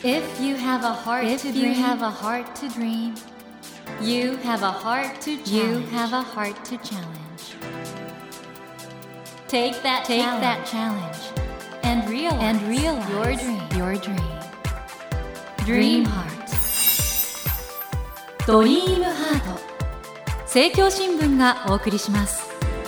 If you have a heart to dream, you have a heart to dream. You have a heart to challenge. You have a heart to challenge. Take that challenge and realize your dream. Dream Heart. ドリームハート。政教新聞がお送りします。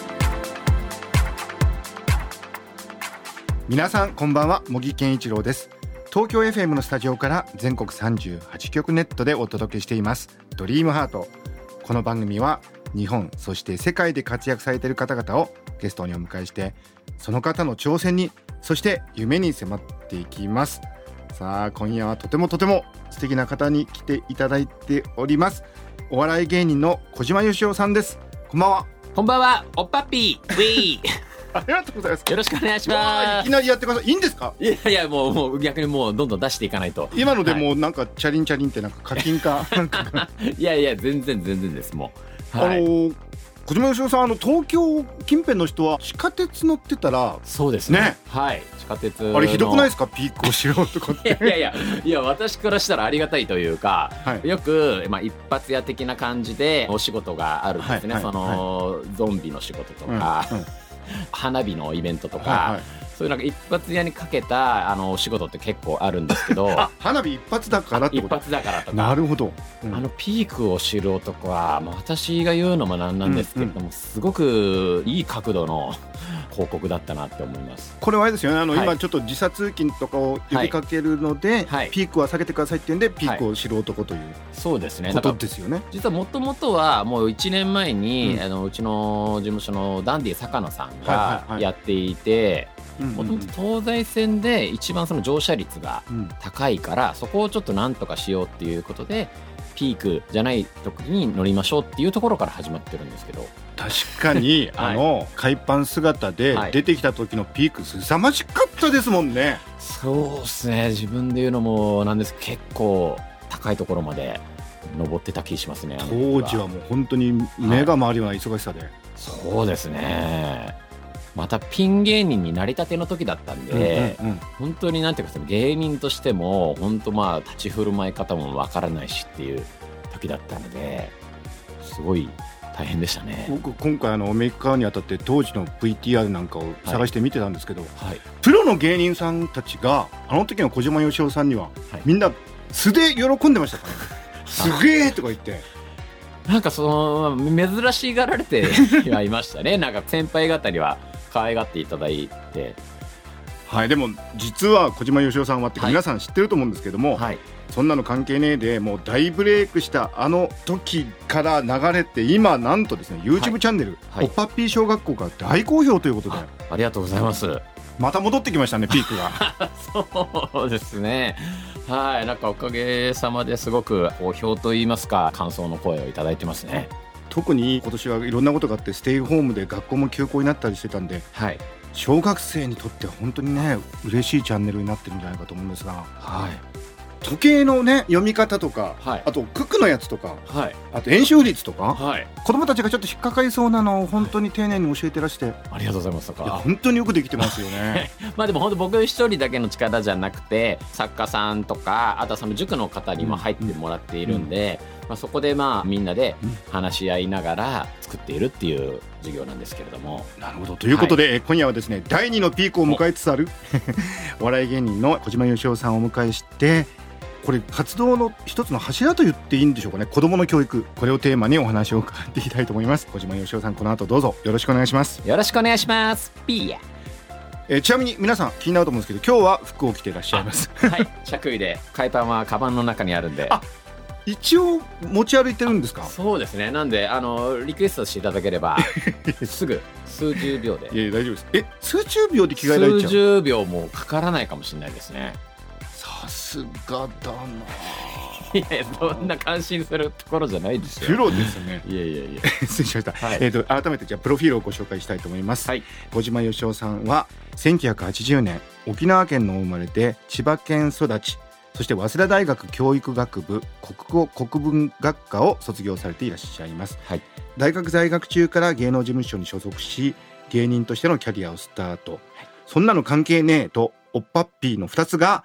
皆さんこんばんは、茂木健一郎です。東京 FM のスタジオから全国38局ネットでお届けしていますドリームハート。この番組は日本そして世界で活躍されている方々をゲストにお迎えして、その方の挑戦にそして夢に迫っていきます。さあ今夜はとても素敵な方に来ていただいております。お笑い芸人の小島よしおさんです。こんばんは。 こんばんは、おっぱっぴーウィーありがとうございます。 よろしくお願いします。 いきなりやってください。いいんですか？ いやもう逆にもうどんどん出していかないと。 今のでもうなんかチャリンってなんか課金かなんかいや全然ですもう、はい、 小島よしおさん、東京近辺の人は地下鉄乗ってたらそうですね、はい、地下鉄のあれひどくないですか？ピークをしろとかっていや私からしたらありがたいというか、はい、よく、一発屋的な感じでお仕事があるんですね、ゾンビの仕事とか、花火のイベントとか、そういうなんか一発屋にかけたお仕事って結構あるんですけど花火一発だからってこと？ 一発だからとか。 なるほど、 ピークを知る男は、私が言うのもなんなんですけれども、すごくいい角度の広告だったなって思います。 これはあれですよね、今ちょっと時差通勤とかを呼びかけるので、ピークは避けてくださいっていうんで、ピークを知る男という、 そうですね、 ことですよね。 実はもともとはもう1年前に、うちの事務所のダンディ坂野さんがやっていて、もともと東西線で一番その乗車率が高いから、そこをちょっとなんとかしようっていうことで、ピークじゃない時に乗りましょうっていうところから始まってるんですけど、 確かに海パン姿で出てきた時のピーク凄まじかったですもんね。 そうですね、自分で言うのもなんですけど、結構高いところまで登ってた気しますね。 当時はもう本当に目が回るような忙しさで、 そうですね。またピン芸人になりたての時だったんで、本当になんていうか、その芸人としても本当立ち振る舞い方もわからないしっていう時だったので、すごい大変でしたね。 僕今回メイクにあたって当時の VTR なんかを探して見てたんですけど、プロの芸人さんたちがあの時の小島よしおさんには、みんな素で喜んでましたからねすげーとか言って、 なんか珍しがられてはいましたねなんか先輩方には可愛がっていただいて、 でも実は小島よしおさんはって皆さん知ってると思うんですけども、そんなの関係ねえでもう大ブレイクしたあの時から流れて、今なんとですね YouTube チャンネル、おっぱっぴー小学校が大好評ということで、 ありがとうございます。 また戻ってきましたね、ピークがそうですね、なんかおかげさまですごく好評といいますか、感想の声をいただいてますね。 特に今年はいろんなことがあってステイホームで学校も休校になったりしてたんで、小学生にとっては本当にね嬉しいチャンネルになってるんじゃないかと思うんですが、時計のね読み方とか、あと九九のやつとか、あと円周率とか、子供たちがちょっと引っかかりそうなのを本当に丁寧に教えてらして、 ありがとうございます。 本当によくできてますよねでも本当僕一人だけの力じゃなくて、作家さんとかあとはその塾の方にも入ってもらっているんで、そこでみんなで話し合いながら作っているっていう授業なんですけれども。 なるほど。ということで、今夜はですね第2のピークを迎えつつあるお笑い芸人の小島よしおさんをお迎えして、これ活動の一つの柱と言っていいんでしょうかね、子どもの教育、これをテーマにお話を伺っていきたいと思います。小島よしおさん、この後どうぞよろしくお願いします。 よろしくお願いします。ピーヤ。 ちなみに皆さん気になると思うんですけど、今日は服を着ていらっしゃいます。 着衣で、海パンはカバンの中にあるんで。 一応持ち歩いてるんですか？ そうですね、なんでリクエストしていただければすぐ数十秒で。 いや大丈夫です。数十秒で着替えられちゃう？ 数十秒もかからないかもしれないですね。 さすがだな。 いやそんな感心するところじゃないですよ。 プロですね。 いや失礼しました。改めてじゃあプロフィールをご紹介したいと思います。小島よしおさんは1980年沖縄県のお生まれで、千葉県育ち、そして早稲田大学教育学部国語国文学科を卒業されていらっしゃいます。大学在学中から芸能事務所に所属し、芸人としてのキャリアをスタート。そんなの関係ねえとおっぱっぴーの2つが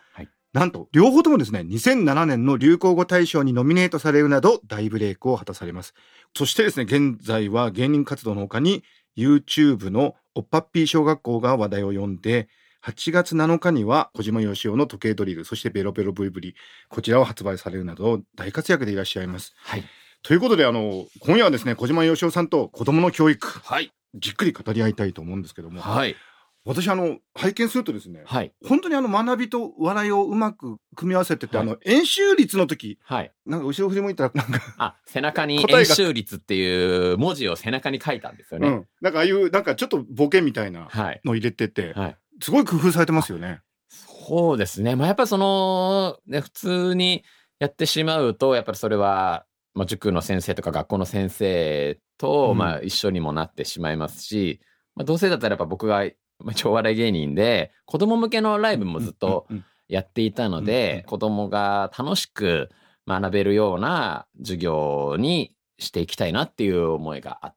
なんと両方ともですね2007年の流行語大賞にノミネートされるなど大ブレイクを果たされます。そしてですね現在は芸人活動の他に YouTube のおっぱっぴー小学校が話題を呼んで、8月7日には小島よしおの時計ドリル、そしてベロベロブリブリ、こちらを発売されるなど大活躍でいらっしゃいます。 はい。 ということで今夜はですね小島よしおさんと子供の教育、 はい、 じっくり語り合いたいと思うんですけども、 はい、 私拝見するとですね、 はい、 本当に学びと笑いをうまく組み合わせてて、はい、演習率の時、はい、なんか後ろ振り向いたらなんか背中に演習率っていう文字を背中に書いたんですよね、うん、 なんかああいうなんかちょっとボケみたいなの入れてて、はい、すごい工夫されてますよね。 そうですね、やっぱりね、普通にやってしまうとやっぱりそれは、塾の先生とか学校の先生と、一緒にもなってしまいますし、どうせだったらやっぱ僕が一応お笑い芸人で子供向けのライブもずっとやっていたので、子供が楽しく学べるような授業にしていきたいなっていう思いがあって、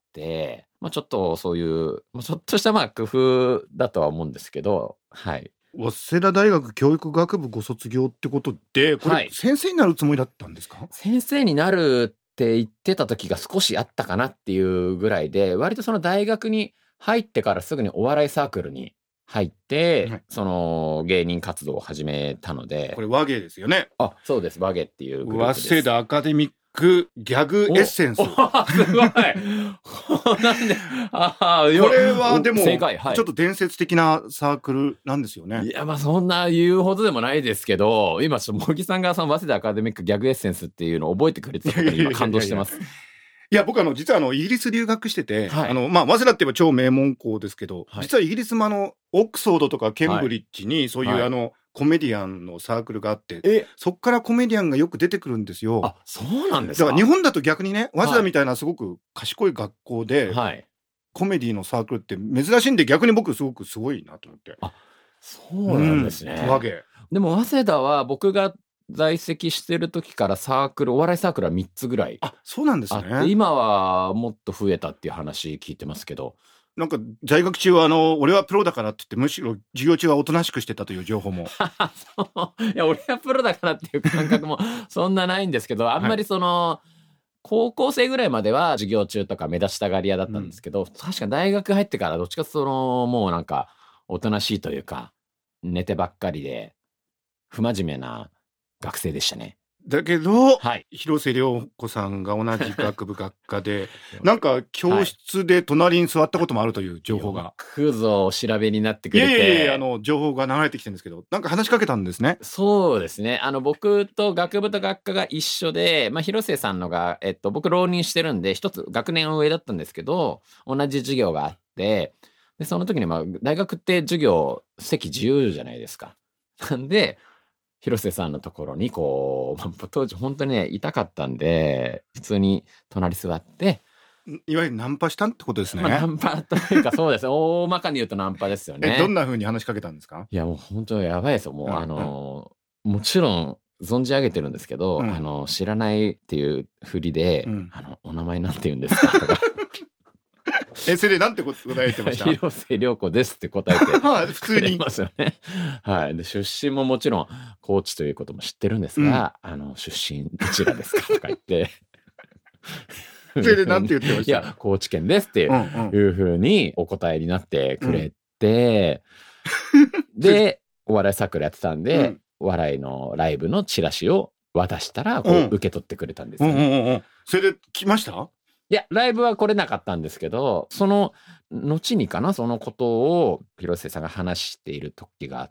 ちょっとそういうちょっとした工夫だとは思うんですけど、はい。 早稲田大学教育学部ご卒業ってことで、これ先生になるつもりだったんですか？はい、 先生になるって言ってた時が少しあったかなっていうぐらいで、割とその大学に入ってからすぐにお笑いサークルに入って、はい、その芸人活動を始めたので。 これ和芸ですよね。 あ、そうです、和芸っていうグループです。 早稲田アカデミックギャグエッセンス。すごいなんでこれはでも正解、はい、 ちょっと伝説的なサークルなんですよね。 いや、そんな言うほどでもないですけど、今茂木さんがその早稲田アカデミックギャグエッセンスっていうのを覚えてくれてたことに今感動してます。 いや僕実はイギリス留学してて、はい、早稲田って言えば超名門校ですけど、はい、実はイギリスもオックスフォードとかケンブリッジにそういう、コメディアンのサークルがあって、そっからコメディアンがよく出てくるんですよ。 あ、そうなんですか。 だから日本だと逆にね、早稲田みたいなすごく賢い学校で、はい、コメディのサークルって珍しいんで、逆に僕すごくすごいなと思って。 あ、そうなんですね。でも早稲田は僕が在籍してる時からお笑いサークルは3つぐらい。 あ、そうなんですね。 今はもっと増えたっていう話聞いてますけど。 なんか在学中は俺はプロだからって言ってむしろ授業中はおとなしくしてたという情報もいや俺はプロだからっていう感覚もそんなないんですけど、あんまり高校生ぐらいまでは授業中とか目立ちたがり屋だったんですけど、確か大学入ってからどっちかもうなんかおとなしいというか寝てばっかりで不真面目な学生でしたね。 だけど、はい、広瀬涼子さんが同じ学部学科でなんか教室で隣に座ったこともあるという情報が、 クズを調べになってくれて、 いや情報が流れてきてるんですけど、なんか話しかけたんですね。 そうですね、僕と学部と学科が一緒で、広瀬さんのが、僕浪人してるんで一つ学年上だったんですけど、同じ授業があって、でその時に大学って授業席自由じゃないですか。なんで広瀬さんのところに当時本当にね痛かったんで普通に隣座って、 いわゆるナンパしたってことですね。 ナンパというかそうですね大まかに言うとナンパですよね。 どんな風に話しかけたんですか？ いやもう本当やばいですよ。もう、もちろん存じ上げてるんですけど、知らないっていうふりで、お名前なんて言うんですかとかそれでなんて答えてました？ 広瀬涼子ですって答えて普通にますよね。はい。で出身ももちろん高知ということも知ってるんですが、出身どちらですかとか言ってそれでなんて言ってました？ いや高知県ですっていうふうにお答えになってくれて、でお笑いサークルやってたんで、お笑いのライブのチラシを渡したら受け取ってくれたんですよね。 それで来ました？ いやライブは来れなかったんですけど、その後にかな、そのことを広瀬さんが話している時があって、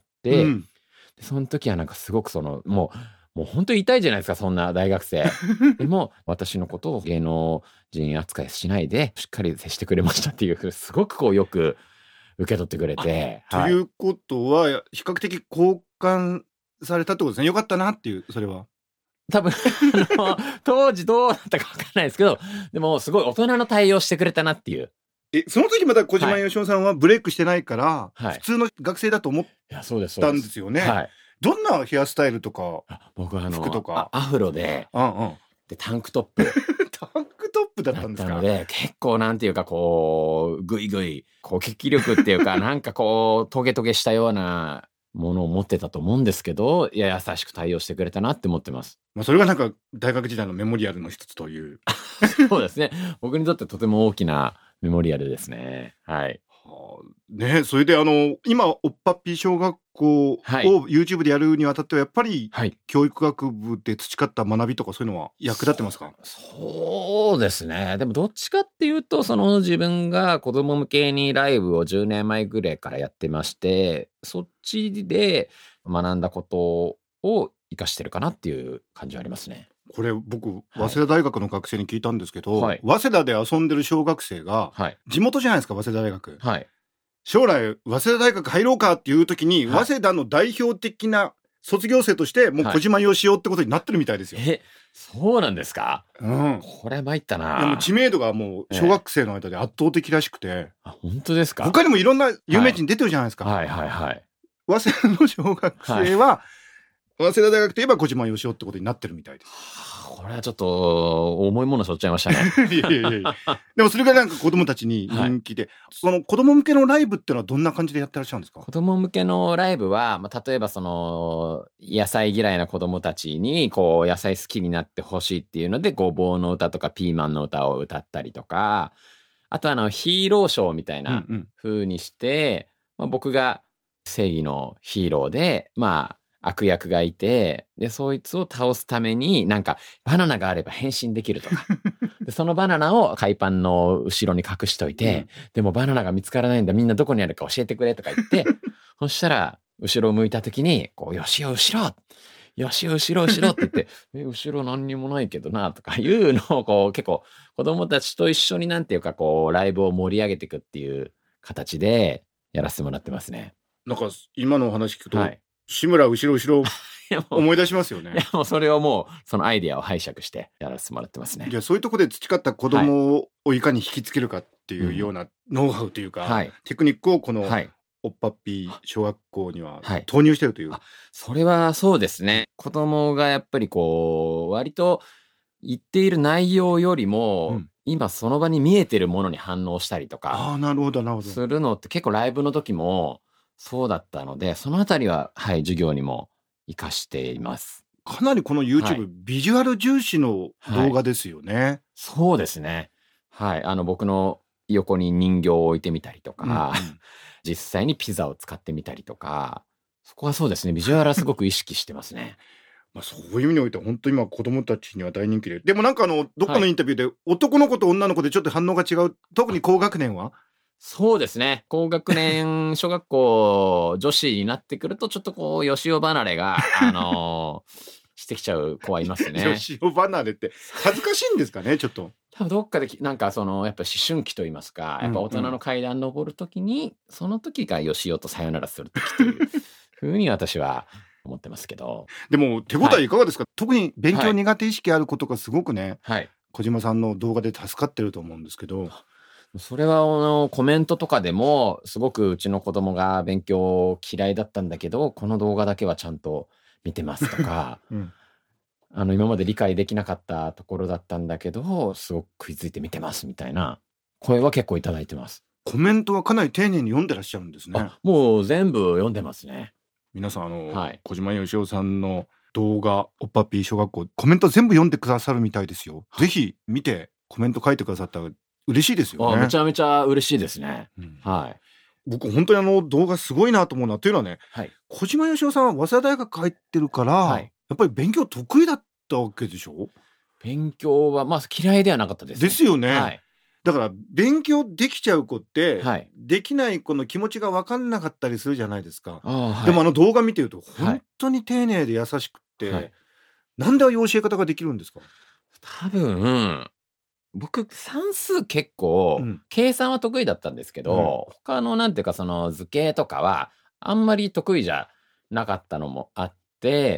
でその時はなんかすごくもう本当に痛いじゃないですか、そんな大学生でも私のことを芸能人扱いしないでしっかり接してくれましたっていうすごくよく受け取ってくれて、 ということは比較的交換されたってことですね。よかったなっていう。それは多分当時どうだったか分かんないですけど、でもすごい大人の対応してくれたなっていう。 その時まだ小島よしおさんはブレイクしてないから、普通の学生だと思ったんですよね。はい、どんなヘアスタイルとか僕は服とかアフロで、でタンクトップタンクトップだったんですか？ だったので結構なんていうかグイグイ血気力っていうかなんかトゲトゲしたようなものを持ってたと思うんですけど、いや優しく対応してくれたなって思ってます。 まあ、それがなんか大学時代のメモリアルの一つというそうですね。僕にとってとても大きなメモリアルですね。はい。 ね、それで今おっぱっぴー小学校を YouTube でやるにあたってはやっぱり、教育学部で培った学びとかそういうのは役立ってますか？ そうですね。でもどっちかっていうと自分が子供向けにライブを10年前ぐらいからやってまして、そっちで学んだことを生かしてるかなっていう感じはありますね。 これ僕早稲田大学の学生に聞いたんですけど、早稲田で遊んでる小学生が、地元じゃないですか早稲田大学、将来早稲田大学入ろうかっていう時に、早稲田の代表的な卒業生としてもう小島よしおってことになってるみたいですよ。 そうなんですか？これ参ったな。 でも知名度がもう小学生の間で圧倒的らしくて、 本当ですか？ 他にもいろんな有名人出てるじゃないですか。早稲田の小学生は、早稲田大学といえば小島よしおってことになってるみたいです。 これはちょっと重いものしょっちゃいましたね。 でもそれがなんか子供たちに人気で、その子供向けのライブってのはどんな感じでやってらっしゃるんですか？ 子供向けのライブは、例えば野菜嫌いな子供たちに野菜好きになってほしいっていうので、ごぼうの歌とかピーマンの歌を歌ったりとか、あとヒーローショーみたいな風にして、僕が正義のヒーローで悪役がいて、でそいつを倒すためになんかバナナがあれば変身できるとかでそのバナナを海パンの後ろに隠しといて、でもバナナが見つからないんだ、みんなどこにあるか教えてくれとか言ってそしたら後ろを向いた時によしよ後ろよしよ後ろ後ろって言って後ろ何にもないけどなとかいうのを結構子供たちと一緒になんていうかライブを盛り上げていくっていう形でやらせてもらってますね。 なんか今のお話聞くと、志村後ろ後ろ思い出しますよね。 いやもうそれをもうそのアイデアを拝借してやらせてもらってますね。 いやそういうところで培った子供をいかに引きつけるかっていうようなノウハウというか、テクニックをこのおっぱっぴー小学校には投入してるという、 それはそうですね。子供がやっぱり割と言っている内容よりも、今その場に見えてるものに反応したりとかするのって結構ライブの時もそうだったので、そのあたりは授業にも活かしています。 かなりこの YouTube、ビジュアル重視の動画ですよね。 そうですね。僕の横に人形を置いてみたりとか、実際にピザを使ってみたりとか、そこはそうですね、ビジュアルはすごく意識してますね。 そういう意味において本当に今子供たちには大人気で、でもなんかどっかのインタビューで、男の子と女の子でちょっと反応が違う、特に高学年はそうですね。高学年小学校女子になってくるとちょっとよしお離れがしてきちゃう子はいますね。 よしお離れって恥ずかしいんですかね、ちょっと。 多分どっかでなんかやっぱ思春期と言いますか、やっぱ大人の階段登るときに、その時がよしおとさよならする時というふうに私は思ってますけど。 でも手応えいかがですか？特に勉強苦手意識あることがすごくね、小島さんの動画で助かってると思うんですけど。 それはコメントとかでもすごくうちの子供が勉強嫌いだったんだけど、この動画だけはちゃんと見てますとか、今まで理解できなかったところだったんだけどすごく食いついて見てますみたいな声は結構いただいてます。 コメントはかなり丁寧に読んでらっしゃるんですね。 もう全部読んでますね。 皆さん小島よしおさんの動画おっぱっぴー小学校、コメント全部読んでくださるみたいですよ。ぜひ見てコメント書いてくださったら嬉しいですよね。 めちゃめちゃ嬉しいですね。 僕本当に動画すごいなと思うのは、というのはね、小島よしおさんは早稲田大学入ってるから、やっぱり勉強得意だったわけでしょ？ 勉強は嫌いではなかったですね。 ですよね。だから勉強できちゃう子って、できない子の気持ちが分かんなかったりするじゃないですか。でも動画見てると本当に丁寧で優しくって、なんでああいう教え方ができるんですか？ 多分僕算数結構、計算は得意だったんですけど、他のなんていうか図形とかはあんまり得意じゃなかったのもあって、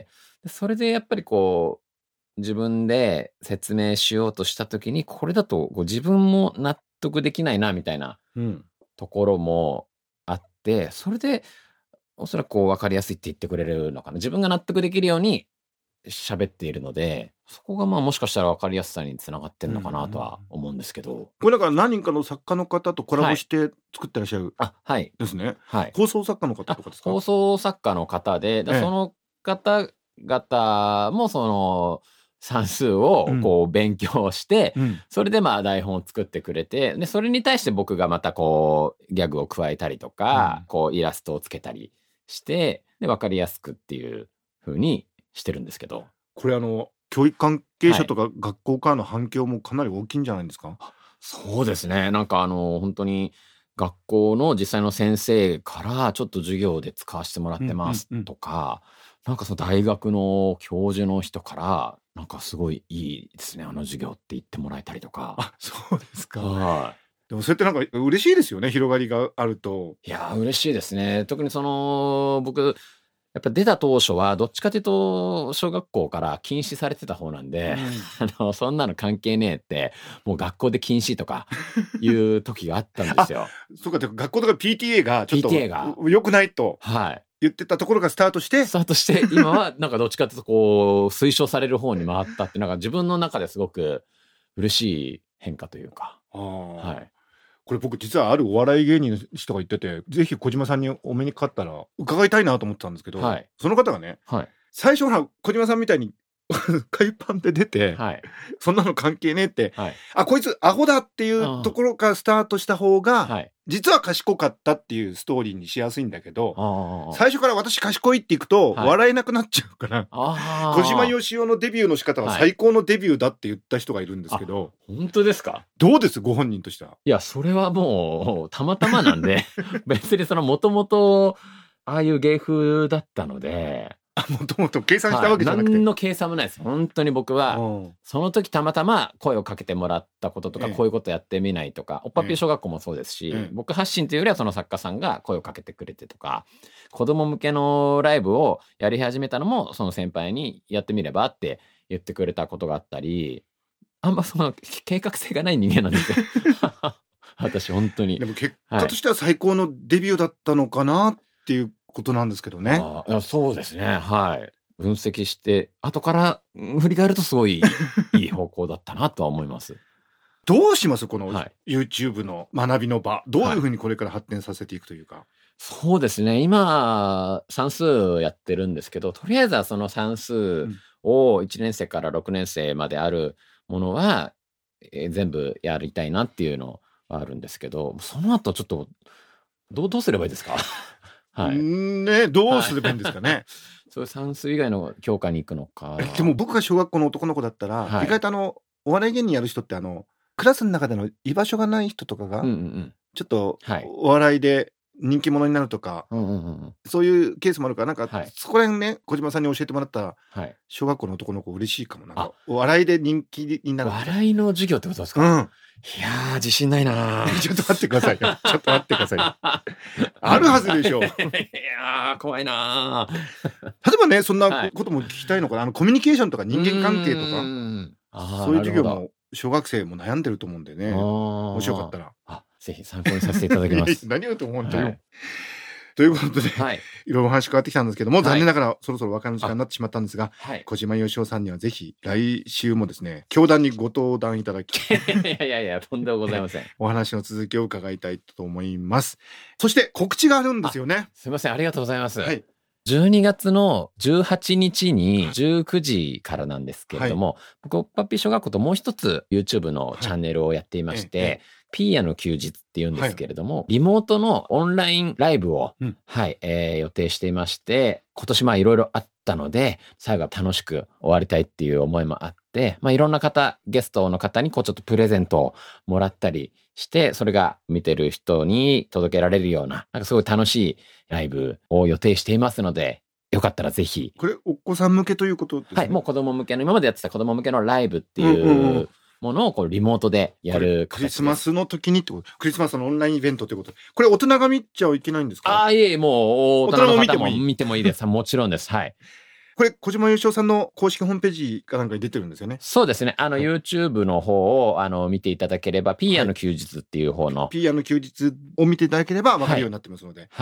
それでやっぱり自分で説明しようとした時に、これだと自分も納得できないなみたいなところもあって、それでおそらく分かりやすいって言ってくれるのかな。自分が納得できるように喋っているので、そこがまあもしかしたら分かりやすさにつながってるのかなとは思うんですけど、 これだから何人かの作家の方とコラボして作ってらっしゃる、 はい、 ですね、 はい、 放送作家の方とかですか？ 放送作家の方で、その方々もその算数をこう勉強して、それでまあ台本を作ってくれて、でそれに対して僕がまたこうギャグを加えたりとか、こうイラストをつけたりしてで分かりやすくっていう風にしてるんですけど、 これ教育関係者とか学校からの反響もかなり大きいんじゃないですか？ そうですね。なんか本当に学校の実際の先生からちょっと授業で使わせてもらってますとか、なんかその大学の教授の人からなんかすごいいいですね、授業って言ってもらえたりとか。 あ、そうですか。 はい。 でもそうやってなんか嬉しいですよね、広がりがあると。 いや嬉しいですね。特に僕やっぱ出た当初はどっちかというと小学校から禁止されてた方なんで、そんなの関係ねえってもう学校で禁止とかいう時があったんですよ。 そうか、学校とか PTA がちょっと PTA が良くないと言ってたところがスタートして今はなんかどっちかというとこう推奨される方に回ったってなんか自分の中ですごく嬉しい変化というか。はい。 これ僕実はあるお笑い芸人の人が言ってて、ぜひ小島さんにお目にかかったら伺いたいなと思ってたんですけど、その方がね、最初は小島さんみたいに海パンで出て、そんなの関係ねえって、あ、こいつアホだっていうところからスタートした方が、実は賢かったっていうストーリーにしやすいんだけど、最初から私賢いっていくと笑えなくなっちゃうから、小島よしおのデビューの仕方は最高のデビューだって言った人がいるんですけど、 本当ですか？ どうですご本人としては。 いや、それはもうたまたまなんで別にもともとああいう芸風だったので、 もともと計算したわけじゃなくて、 何の計算もないです。本当に僕はその時たまたま声をかけてもらったこととか、こういうことやってみないとか、おっぱっぴー小学校もそうですし、僕発信というよりはその作家さんが声をかけてくれてとか、子供向けのライブをやり始めたのもその先輩にやってみればって言ってくれたことがあったり、あんまその計画性がない人間なんですよ私本当に。 でも結果としては最高のデビューだったのかなっていうことなんですけどね。 そうですね。はい。分析して後から振り返るとすごいいい方向だったなとは思います。 どうしますこの YouTube の学びの場、どういうふうにこれから発展させていくというか。 そうですね。今算数やってるんですけど、とりあえずはその算数を1年生から6年生まであるものは、全部やりたいなっていうのはあるんですけど、その後ちょっとどうすればいいですかね、どうすればいいんですかね。 そういう算数以外の教科に行くのか。 でも僕が小学校の男の子だったら、意外とお笑い芸人やる人ってクラスの中での居場所がない人とかが、ちょっとお笑いで人気者になるとか、そういうケースもあるから、なんかそこら辺ね、小島さんに教えてもらった小学校の男の子嬉しいかも。なんかお笑いで人気になる。 笑いの授業ってことですか？いやー、自信ないなちょっと待ってくださいよ。ちょっと待ってくださいよ。あるはずでしょう。いやー、怖いな例えばね、そんなことも聞きたいのかな。コミュニケーションとか人間関係とか、そういう授業も小学生も悩んでると思うんでね。もしよかったら。 ぜひ参考にさせていただきます。 何をと思うんだよ。ということで、いろいろお話変わってきたんですけども、残念ながらそろそろお別れの時間になってしまったんですが、小島よしおさんにはぜひ来週もですね、教壇にご登壇いただきいやとんでもございません。 お話の続きを伺いたいと思います。そして告知があるんですよね。 すいません、ありがとうございます。12月の18日に19時からなんですけれども、僕おっぱっぴー小学校ともう一つ YouTube のチャンネルをやっていまして、ピーヤの休日っていうんですけれども、リモートのオンラインライブを、予定していまして、今年いろいろあったので、最後は楽しく終わりたいっていう思いもあって、いろんな方、ゲストの方にちょっとプレゼントをもらったりして、それが見てる人に届けられるような、なんかすごい楽しいライブを予定していますので、よかったらぜひ。 これお子さん向けということですね。 もう子供向けの、今までやってた子供向けのライブっていうものをリモートでやる形です。 クリスマスの時にってこと、クリスマスのオンラインイベントということで、これ大人が見ちゃいけないんですか？ いえ、もう大人の方も見てもいいです。もちろんです。 これ小島よしおさんの公式ホームページかなんかに出てるんですよね。 そうですね。YouTube の方を見ていただければ、ピーヤの休日っていう方の、 ピーヤの休日を見ていただければ分かるようになってますので、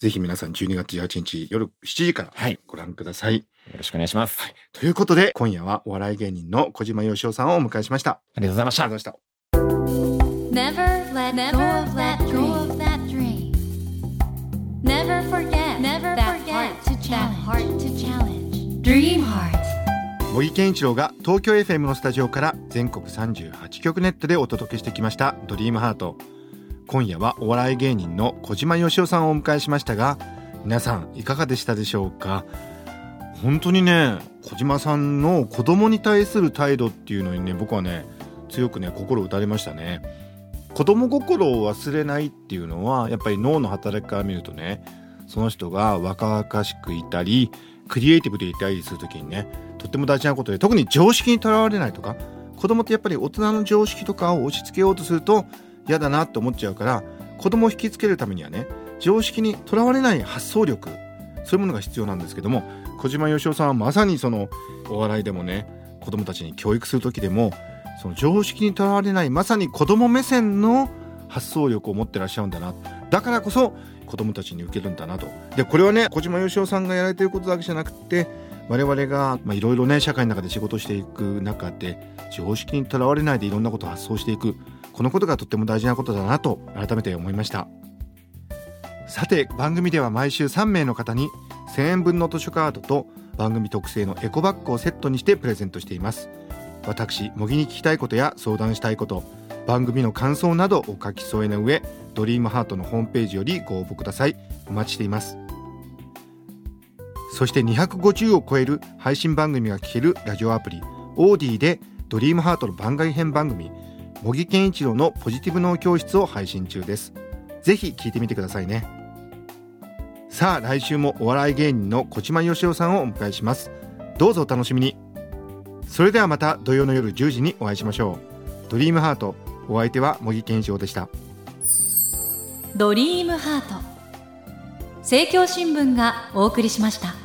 ぜひ皆さん12月18日夜7時からご覧ください。 よろしくお願いします。 ということで今夜はお笑い芸人の小島よしおさんをお迎えしました。 ありがとうございました。 Never let go of that dream. Never forget that heart to challenge. Dream Heart. 茂木健一郎が東京 FM のスタジオから全国38局ネットでお届けしてきましたドリームハート。今夜はお笑い芸人の小島よしおさんをお迎えしましたが、皆さんいかがでしたでしょうか。本当にね、小島さんの子供に対する態度っていうのにね、僕はね強くね心打たれましたね。子供心を忘れないっていうのはやっぱり脳の働きから見るとね、その人が若々しくいたりクリエイティブでいたりするときにね、とっても大事なことで、特に常識にとらわれないとか、子供ってやっぱり大人の常識とかを押し付けようとすると嫌だなって思っちゃうから、子供を引きつけるためにはね、常識にとらわれない発想力、そういうものが必要なんですけども、小島よしおさんはまさにそのお笑いでもね、子供たちに教育する時でもその常識にとらわれない、まさに子供目線の発想力を持ってらっしゃるんだな、だからこそ子供たちに受けるんだなと。でこれはね、小島よしおさんがやられていることだけじゃなくて、我々がいろいろね社会の中で仕事していく中で常識にとらわれないでいろんなことを発想していく、このことがとっても大事なことだなと改めて思いました。さて番組では毎週3名の方に1000円分の図書カードと番組特製のエコバッグをセットにしてプレゼントしています。私茂木に聞きたいことや相談したいこと、番組の感想などお書き添えの上、ドリームハートのホームページよりご応募ください。お待ちしています。そして250を超える配信番組が聞けるラジオアプリオーディでドリームハートの番外編番組茂木健一郎のポジティブ脳教室を配信中です。ぜひ聞いてみてくださいね。さあ来週もお笑い芸人の小島よしおさんをお迎えします。どうぞお楽しみに。それではまた土曜の夜10時にお会いしましょう。ドリームハート、お相手は茂木健一郎でした。 ドリームハート、政教新聞がお送りしました。